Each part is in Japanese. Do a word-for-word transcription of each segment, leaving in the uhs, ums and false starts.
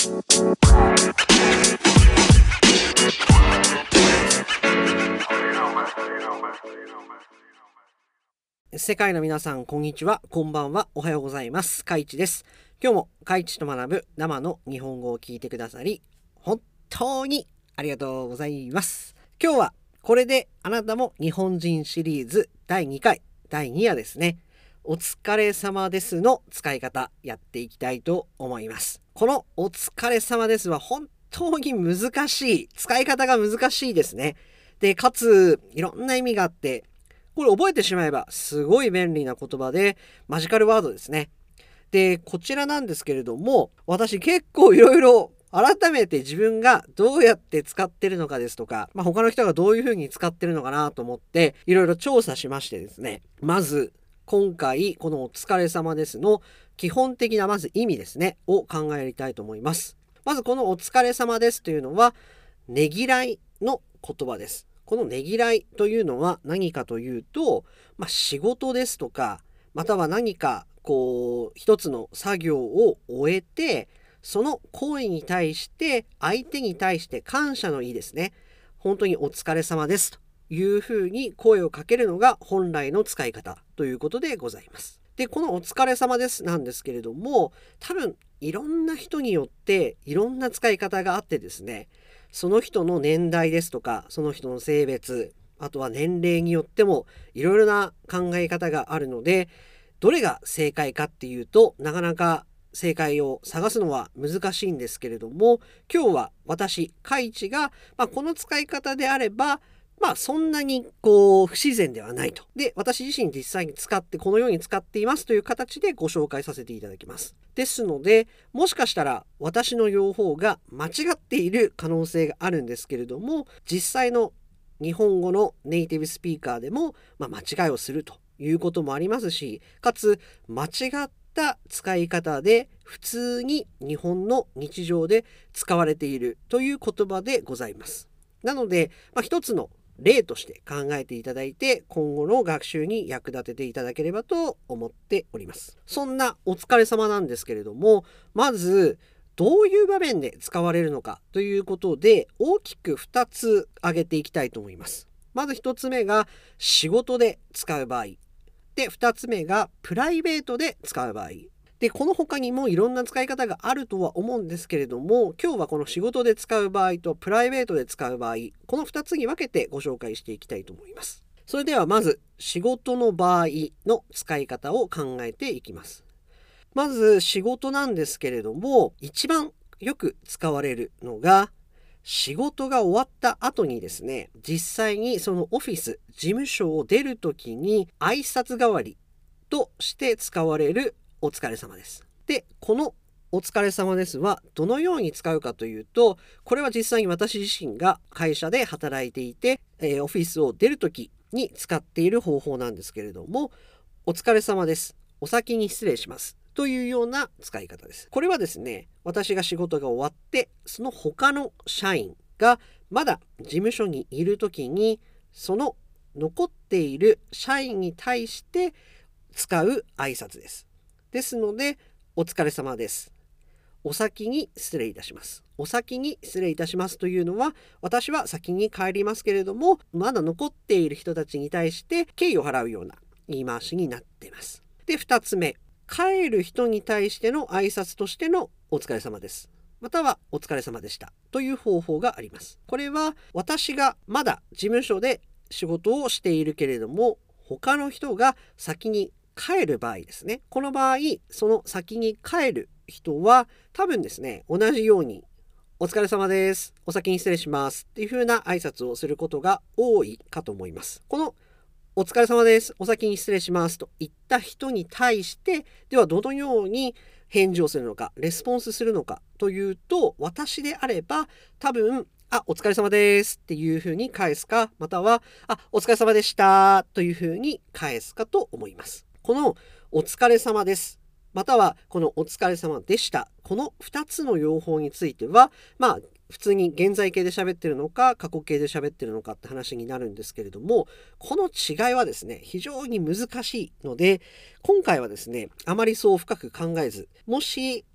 世界の皆さん、こんにちは、こんばんは、おはようございます。かいちです。今日もかいちと学ぶ生の日本語を聞いてくださり本当にありがとうございます。今日はこれであなたも日本人シリーズだいにかいだいにわですね。お疲れ様ですの使い方やっていきたいと思います。このお疲れ様ですは本当に難しい、使い方が難しいですね。で、かついろんな意味があって、これ覚えてしまえばすごい便利な言葉でマジカルワードですね。で、こちらなんですけれども、私結構いろいろ改めて自分がどうやって使ってるのかですとか、まあ、他の人がどういうふうに使ってるのかなと思っていろいろ調査しましてですね、まず今回このお疲れ様ですの基本的なまず意味ですねを考えたいと思います。まずこのお疲れ様ですというのはねぎらいの言葉です。このねぎらいというのは何かというと、まあ、仕事ですとかまたは何かこう一つの作業を終えてその行為に対して相手に対して感謝の意ですね。本当にお疲れ様ですというふうに声をかけるのが本来の使い方ということでございます。で、このお疲れ様ですなんですけれども、多分いろんな人によっていろんな使い方があってですね、その人の年代ですとかその人の性別、あとは年齢によってもいろいろな考え方があるので、どれが正解かっていうとなかなか正解を探すのは難しいんですけれども、今日は私かいちが、まあ、この使い方であればまあそんなにこう不自然ではないと。で、私自身実際に使ってこのように使っていますという形でご紹介させていただきます。ですので、もしかしたら私の用法が間違っている可能性があるんですけれども、実際の日本語のネイティブスピーカーでも、まあ、間違いをするということもありますし、かつ間違った使い方で普通に日本の日常で使われているという言葉でございます。なので、まあ、一つの例として考えていただいて今後の学習に役立てていただければと思っております。そんなお疲れ様なんですけれども、まずどういう場面で使われるのかということで大きくふたつ挙げていきたいと思います。まずひとつめが仕事で使う場合で、ふたつめがプライベートで使う場合で、この他にもいろんな使い方があるとは思うんですけれども、今日はこの仕事で使う場合とプライベートで使う場合、このふたつに分けてご紹介していきたいと思います。それではまず仕事の場合の使い方を考えていきます。まず仕事なんですけれども、一番よく使われるのが仕事が終わった後にですね、実際にそのオフィス、事務所を出るときに挨拶代わりとして使われるお疲れ様です。で、このお疲れ様ですはどのように使うかというと、これは実際に私自身が会社で働いていて、えー、オフィスを出るときに使っている方法なんですけれども、お疲れ様です。お先に失礼します。というような使い方です。これはですね、私が仕事が終わって、その他の社員がまだ事務所にいるときに、その残っている社員に対して使う挨拶です。ですので、お疲れ様です。お先に失礼いたします。お先に失礼いたしますというのは、私は先に帰りますけれども、まだ残っている人たちに対して敬意を払うような言い回しになっています。で、ふたつめ。帰る人に対しての挨拶としてのお疲れ様です。またはお疲れ様でしたという方法があります。これは私がまだ事務所で仕事をしているけれども、他の人が先に帰る場合ですね。この場合、その先に帰る人は多分ですね、同じようにお疲れ様です。お先に失礼しますっていう風な挨拶をすることが多いかと思います。このお疲れ様です。お先に失礼しますと言った人に対して、ではどのように返事をするのか、レスポンスするのかというと、私であれば多分、あ、お疲れ様ですっていうふうに返すか、または、あ、お疲れ様でしたというふうに返すかと思います。このお疲れ様です。またはこのお疲れ様でした。このふたつの用法については、まあ、普通に現在形で喋ってるのか過去形で喋ってるのかって話になるんですけれども、この違いはですね非常に難しいので、今回はですねあまりそう深く考えず、もし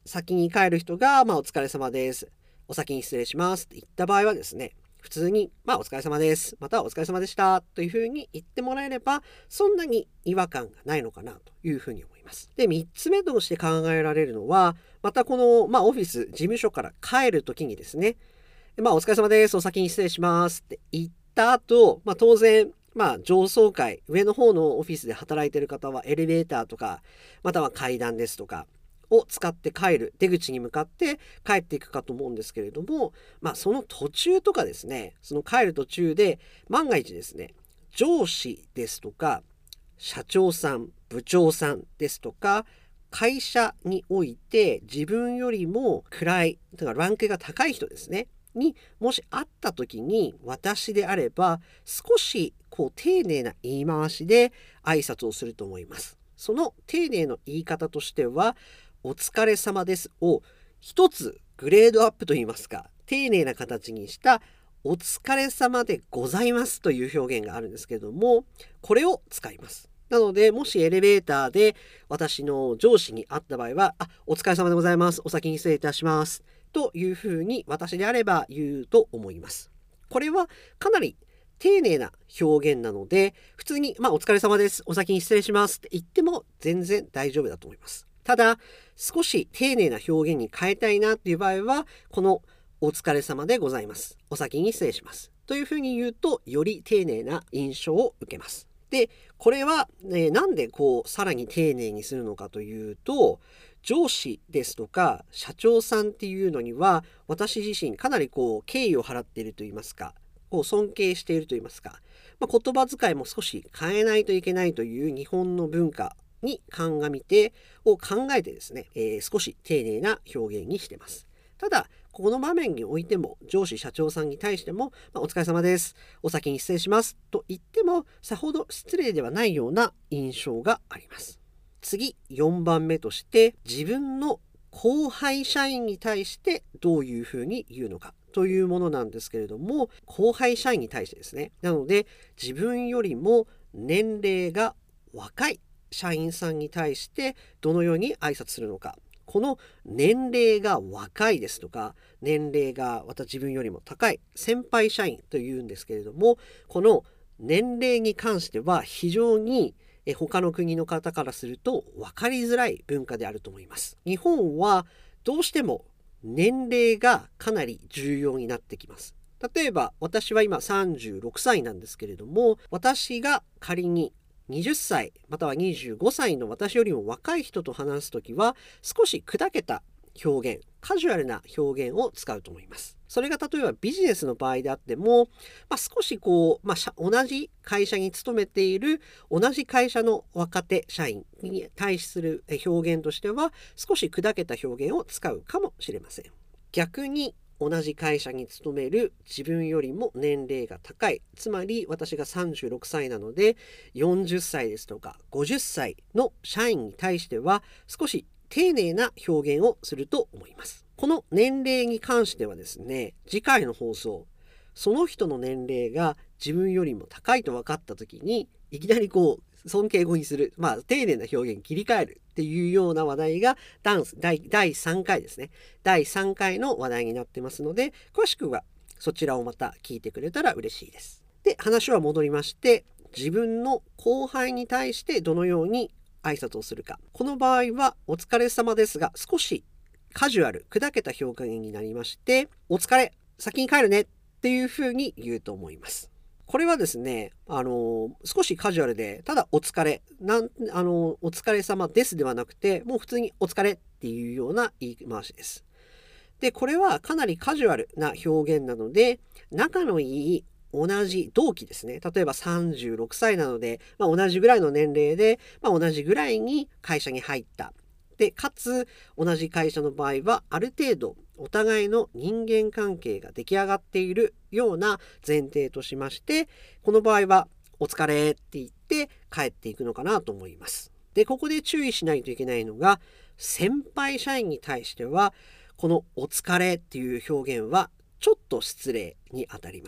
先に帰る人が、まあ、お疲れ様です。お先に失礼しますって言った場合はですね、普通に、まあ、お疲れ様です。またはお疲れ様でした。というふうに言ってもらえれば、そんなに違和感がないのかなというふうに思います。で、みっつめとして考えられるのは、またこの、まあ、オフィス、事務所から帰るときにですね、まあ、お疲れ様です。お先に失礼しますって言った後、まあ、当然、まあ、上層階、上の方のオフィスで働いている方はエレベーターとか、または階段ですとかを使って帰る、出口に向かって帰っていくかと思うんですけれども、まあ、その途中とかですね、その帰る途中で、万が一ですね、上司ですとか、社長さん、部長さんですとか、会社において自分よりも位、だからランクが高い人ですね、にもし会った時に私であれば少しこう丁寧な言い回しで挨拶をすると思います。その丁寧の言い方としては、お疲れ様ですを一つグレードアップといいますか、丁寧な形にしたお疲れ様でございますという表現があるんですけれども、これを使います。なので、もしエレベーターで私の上司に会った場合は、あ、お疲れ様でございます。お先に失礼いたします。というふうに私であれば言うと思います。これはかなり丁寧な表現なので、普通に、まあ、お疲れ様です。お先に失礼しますって言っても全然大丈夫だと思います。ただ、少し丁寧な表現に変えたいなっていう場合は、このお疲れ様でございます。お先に失礼します。というふうに言うと、より丁寧な印象を受けます。で、これは、ね、なんでこう、さらに丁寧にするのかというと、上司ですとか社長さんっていうのには私自身かなりこう敬意を払っていると言いますか、こう尊敬していると言いますか、まあ、言葉遣いも少し変えないといけないという日本の文化に鑑みてを考えてですね、えー、少し丁寧な表現にしています。ただこの場面においても上司社長さんに対しても、まあ、お疲れ様です、お先に失礼しますと言ってもさほど失礼ではないような印象があります。次、よんばんめとして自分の後輩社員に対してどういうふうに言うのかというものなんですけれども、後輩社員に対してですね、なので自分よりも年齢が若い社員さんに対してどのように挨拶するのか、この年齢が若いですとか年齢が私自分よりも高い先輩社員というんですけれども、この年齢に関しては非常に他の国の方からすると分かりづらい文化であると思います。日本はどうしても年齢がかなり重要になってきます。例えば私は今さんじゅうろくさいなんですけれども、私が仮にはたちまたはにじゅうごさいの私よりも若い人と話すときは少し砕けた表現、カジュアルな表現を使うと思います。それが例えばビジネスの場合であっても、まあ、少しこう、まあ、同じ会社に勤めている同じ会社の若手社員に対する表現としては少し砕けた表現を使うかもしれません。逆に同じ会社に勤める自分よりも年齢が高い、つまり私がさんじゅうろくさいなのでよんじゅっさいですとかごじゅっさいの社員に対しては少し丁寧な表現をすると思います。この年齢に関してはですね、次回の放送、その人の年齢が自分よりも高いと分かった時にいきなりこう尊敬語にする、まあ丁寧な表現に切り替えるっていうような話題がダンス第だいさんかいですね。だいさんかいの話題になってますので、詳しくはそちらをまた聞いてくれたら嬉しいです。で、話は戻りまして、自分の後輩に対してどのように挨拶をするか。この場合はお疲れ様ですが少しカジュアル、砕けた表現になりまして、お疲れ、先に帰るねっていうふうに言うと思います。これはですね、あの少しカジュアルで、ただお疲れなんあのお疲れ様ですではなくて、もう普通にお疲れっていうような言い回しです。で、これはかなりカジュアルな表現なので、仲のいい同じ同期ですね。例えばさんじゅうろくさいなので、まあ、同じぐらいの年齢で、まあ、同じぐらいに会社に入った。で、かつ同じ会社の場合はある程度お互いの人間関係が出来上がっているような前提としまして、この場合はお疲れって言って帰っていくのかなと思います。で、ここで注意しないといけないのが、先輩社員に対してはこのお疲れっていう表現はちょっと失礼にあたります。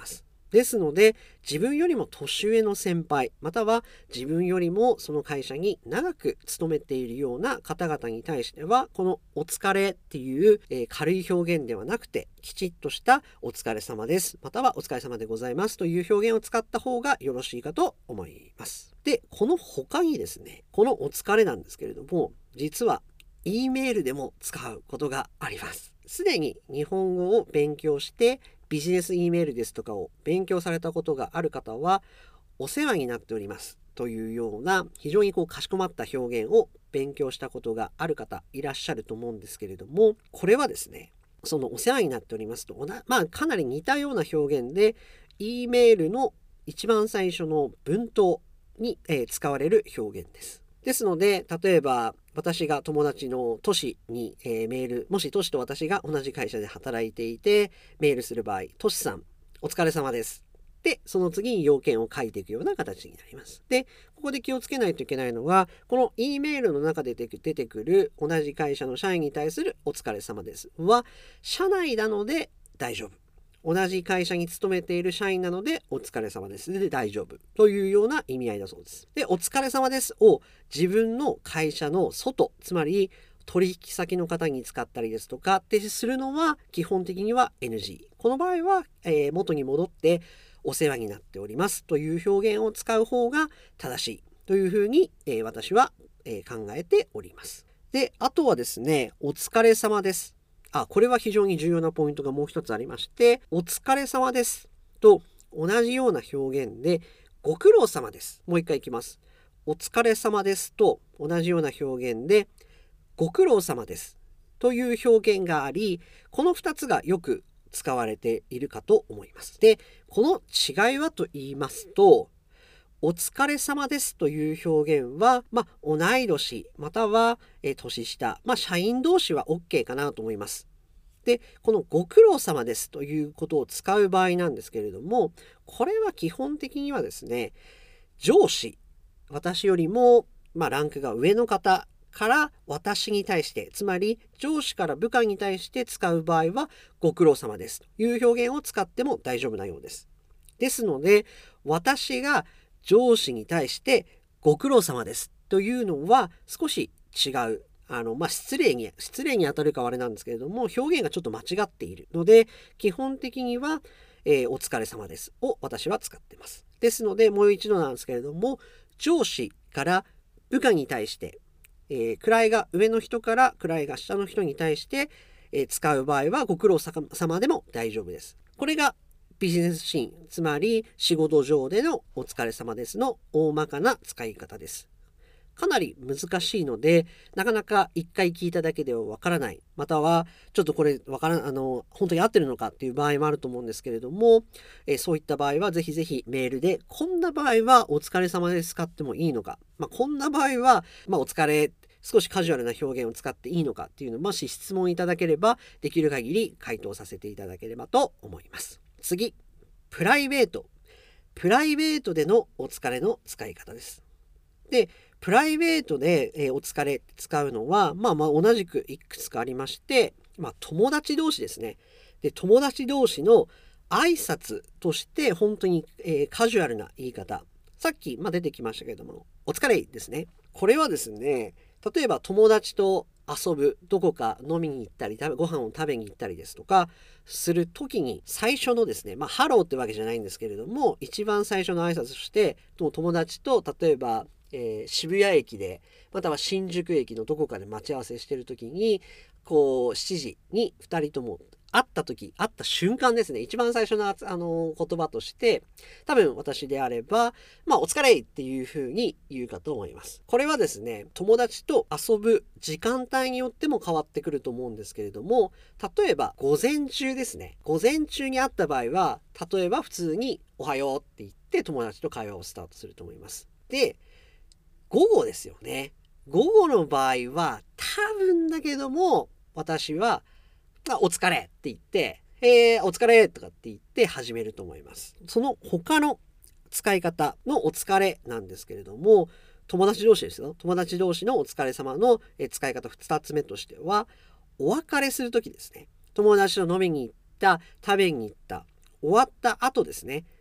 ですので、自分よりも年上の先輩、または自分よりもその会社に長く勤めているような方々に対しては、このお疲れっていう、えー軽い表現ではなくて、きちっとしたお疲れ様です、またはお疲れ様でございますという表現を使った方がよろしいかと思います。で、この他にですね、このお疲れなんですけれども、実は E メールでも使うことがあります。すでに日本語を勉強してビジネス E メールですとかを勉強されたことがある方は、お世話になっておりますというような非常にこうかしこまった表現を勉強したことがある方いらっしゃると思うんですけれども、これはですね、そのお世話になっておりますと、まあかなり似たような表現で E メールの一番最初の文頭に、えー使われる表現です。ですので、例えば私が友達のトシに、えーメール、もしトシと私が同じ会社で働いていてメールする場合、トシさんお疲れ様です。で、その次に要件を書いていくような形になります。で、ここで気をつけないといけないのは、この E メールの中で出てくる同じ会社の社員に対するお疲れ様ですは、社内なので大丈夫。同じ会社に勤めている社員なのでお疲れ様ですで大丈夫というような意味合いだそうです。で、お疲れ様ですを自分の会社の外、つまり取引先の方に使ったりですとかってするのは基本的には エヌジー。この場合は、えー元に戻ってお世話になっておりますという表現を使う方が正しいというふうに、えー私は、えー考えております。で、あとはですね、お疲れ様です。あ、これは非常に重要なポイントがもう一つありまして、お疲れ様ですと同じような表現で、ご苦労様です。もう一回いきます。お疲れ様ですと同じような表現で、ご苦労様ですという表現があり、このふたつがよく使われているかと思います。で、この違いはと言いますと、お疲れ様ですという表現は、まあ、同い年、または、えー年下、まあ、社員同士は OK かなと思います。で、このご苦労様ですということを使う場合なんですけれども、これは基本的にはですね、上司、私よりも、まあ、ランクが上の方から私に対して、つまり上司から部下に対して使う場合は、ご苦労様ですという表現を使っても大丈夫なようです。ですので、私が上司に対してご苦労様ですというのは少し違う。あの、まあ、失礼に、失礼に当たるかはあれなんですけれども、表現がちょっと間違っているので、基本的には、えーお疲れ様ですを私は使ってます。ですので、もう一度なんですけれども、上司から部下に対して、えー位が上の人から位が下の人に対して、えー使う場合はご苦労様でも大丈夫です。これがビジネスシーン、つまり仕事上でのお疲れ様ですの大まかな使い方です。かなり難しいので、なかなか一回聞いただけではわからない。または、ちょっとこれわからん、あの、本当に合ってるのかっていう場合もあると思うんですけれども、えーそういった場合はぜひぜひメールで、こんな場合はお疲れ様です使ってもいいのか、まあ、こんな場合は、まあ、お疲れ、少しカジュアルな表現を使っていいのかっていうのを、もし質問いただければ、できる限り回答させていただければと思います。次、プライベート。プライベートでのお疲れの使い方です。で、プライベートで、えーお疲れ使うのは、まあまあ同じくいくつかありまして、まあ友達同士ですね。で、友達同士の挨拶として本当に、えーカジュアルな言い方。さっき、まあ、出てきましたけれども、お疲れですね。これはですね、例えば友達と遊ぶ、どこか飲みに行ったり、食べご飯を食べに行ったりですとか、するときに最初のですね、まあ、ハローってわけじゃないんですけれども、一番最初の挨拶として、友達と例えば、えー渋谷駅で、または新宿駅のどこかで待ち合わせしているときに、こう、しちじにふたりとも会った時、会った瞬間ですね、一番最初の、あの言葉として、多分私であれば、まあ、お疲れっていう風に言うかと思います。これはですね、友達と遊ぶ時間帯によっても変わってくると思うんですけれども、例えば午前中ですね。午前中に会った場合は、例えば普通におはようって言って友達と会話をスタートすると思います。で、午後ですよね。午後の場合は、多分だけども、私は、あ、お疲れって言って、えー、お疲れとかって言って始めると思います。その他の使い方のお疲れなんですけれども、友達同士ですよ。友達同士のお疲れ様の使い方ふたつめとしては、お別れするときですね。友達と飲みに行った、食べに行った、終わった後ですね。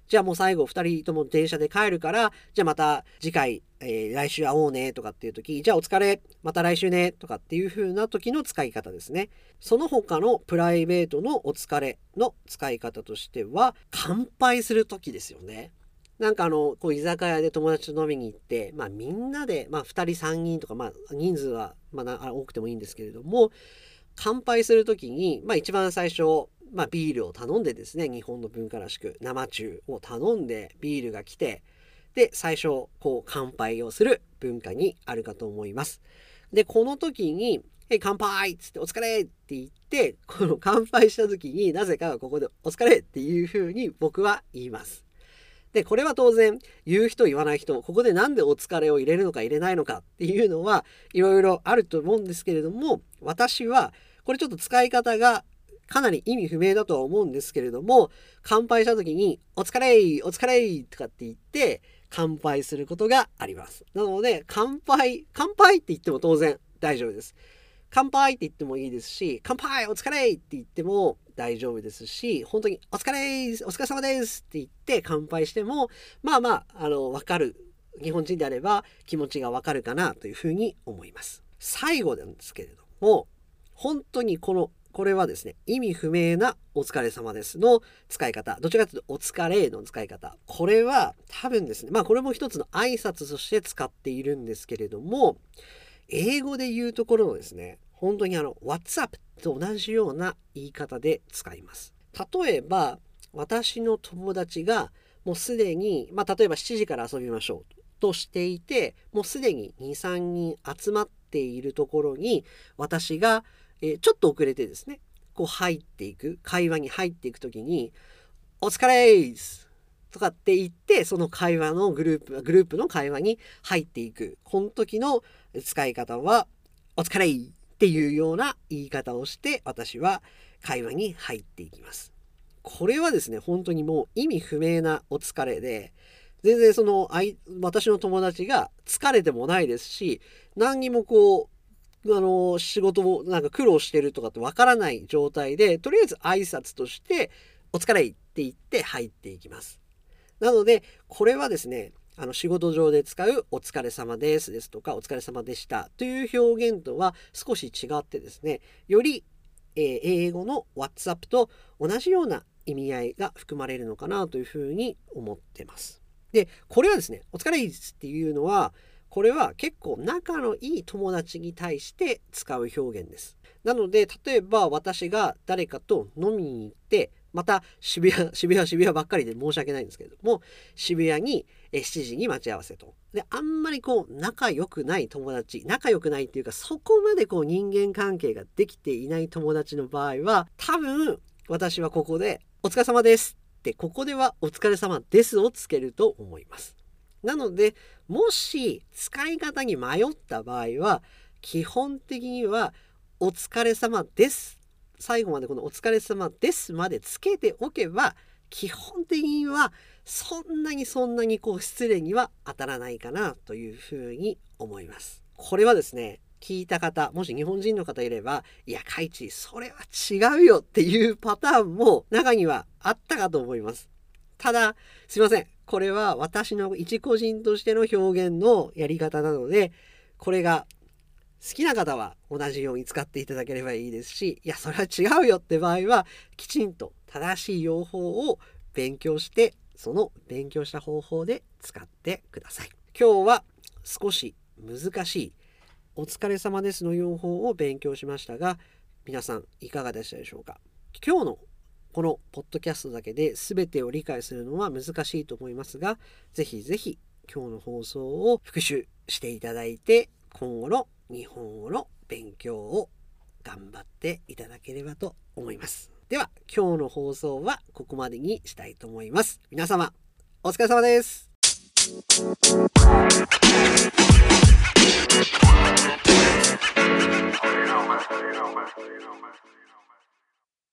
じゃあもう最後ふたりとも電車で帰るから、じゃあまた次回、えー、来週会おうねとかっていう時、じゃあお疲れ、また来週ねとかっていう風な時の使い方ですね。その他のプライベートのお疲れの使い方としては、乾杯する時ですよね。なんかあの、こう居酒屋で友達と飲みに行って、まあみんなで、まあふたりさんにんとか、まあ人数はまあ多くてもいいんですけれども、乾杯する時に、まあ一番最初、まあビールを頼んでですね、日本の文化らしく生中を頼んでビールが来て、で、最初、こう乾杯をする文化にあるかと思います。で、この時に、え、乾杯っつってお疲れって言って、この乾杯した時になぜかここでお疲れっていう風に僕は言います。で、これは当然言う人言わない人、ここでなんでお疲れを入れるのか入れないのかっていうのはいろいろあると思うんですけれども、私はこれちょっと使い方がかなり意味不明だとは思うんですけれども、乾杯した時にお疲れお疲れとかって言って乾杯することがあります。なので乾杯、乾杯って言っても当然大丈夫です。乾杯って言ってもいいですし、乾杯お疲れって言っても大丈夫ですし、本当にお疲れお疲れ様ですって言って乾杯しても、まあまあ、あの、わかる。日本人であれば気持ちがわかるかなというふうに思います。最後なんですけれども、本当にこの、これはですね、意味不明なお疲れ様ですの使い方。どちらかというとお疲れの使い方。これは多分ですね、まあこれも一つの挨拶として使っているんですけれども、英語で言うところのですね、本当にあの What's up と同じような言い方で使います。例えば私の友達がもうすでに、まあ、例えばしちじから遊びましょうとしていて、もうすでにに、さんにん集まっているところに私が、えー、ちょっと遅れてですね、こう入っていく、会話に入っていくときにお疲れーすとかって言って、その会話のグループ、グループの会話に入っていく。この時の使い方は、お疲れっていうような言い方をして、私は会話に入っていきます。これはですね、本当にもう意味不明なお疲れで、全然その、私の友達が疲れてもないですし、何にもこう、あの、仕事をなんか苦労してるとかってわからない状態で、とりあえず挨拶として、お疲れって言って入っていきます。なので、これはですね、あの仕事上で使うお疲れ様ですですとかお疲れ様でしたという表現とは少し違ってですね、より、えー、英語の What's up と同じような意味合いが含まれるのかなというふうに思ってます。で、これはですね、お疲れですっていうのは、これは結構仲のいい友達に対して使う表現です。なので、例えば私が誰かと飲みに行って、また渋谷、渋谷、渋谷ばっかりで申し訳ないんですけれども、渋谷にしちじに待ち合わせと。で、あんまりこう仲良くない友達、仲良くないっていうか、そこまでこう人間関係ができていない友達の場合は、多分私はここでお疲れ様ですって、ここではお疲れ様ですをつけると思います。なので、もし使い方に迷った場合は、基本的にはお疲れ様です。最後までこのお疲れ様ですまでつけておけば、基本的にはそんなにそんなにこう失礼には当たらないかなというふうに思います。これはですね、聞いた方、もし日本人の方いれば、いや、カイチ、それは違うよっていうパターンも中にはあったかと思います。ただ、すいません。これは私の一個人としての表現のやり方なので、これが好きな方は同じように使っていただければいいですし、いや、それは違うよって場合は、きちんと正しい用法を勉強して、その勉強した方法で使ってください。今日は少し難しいお疲れ様ですの用法を勉強しましたが、皆さんいかがでしたでしょうか。今日のこのポッドキャストだけで全てを理解するのは難しいと思いますが、ぜひぜひ今日の放送を復習していただいて、今後の日本語の勉強を頑張っていただければと思います。では今日の放送はここまでにしたいと思います。皆様お疲れ様です。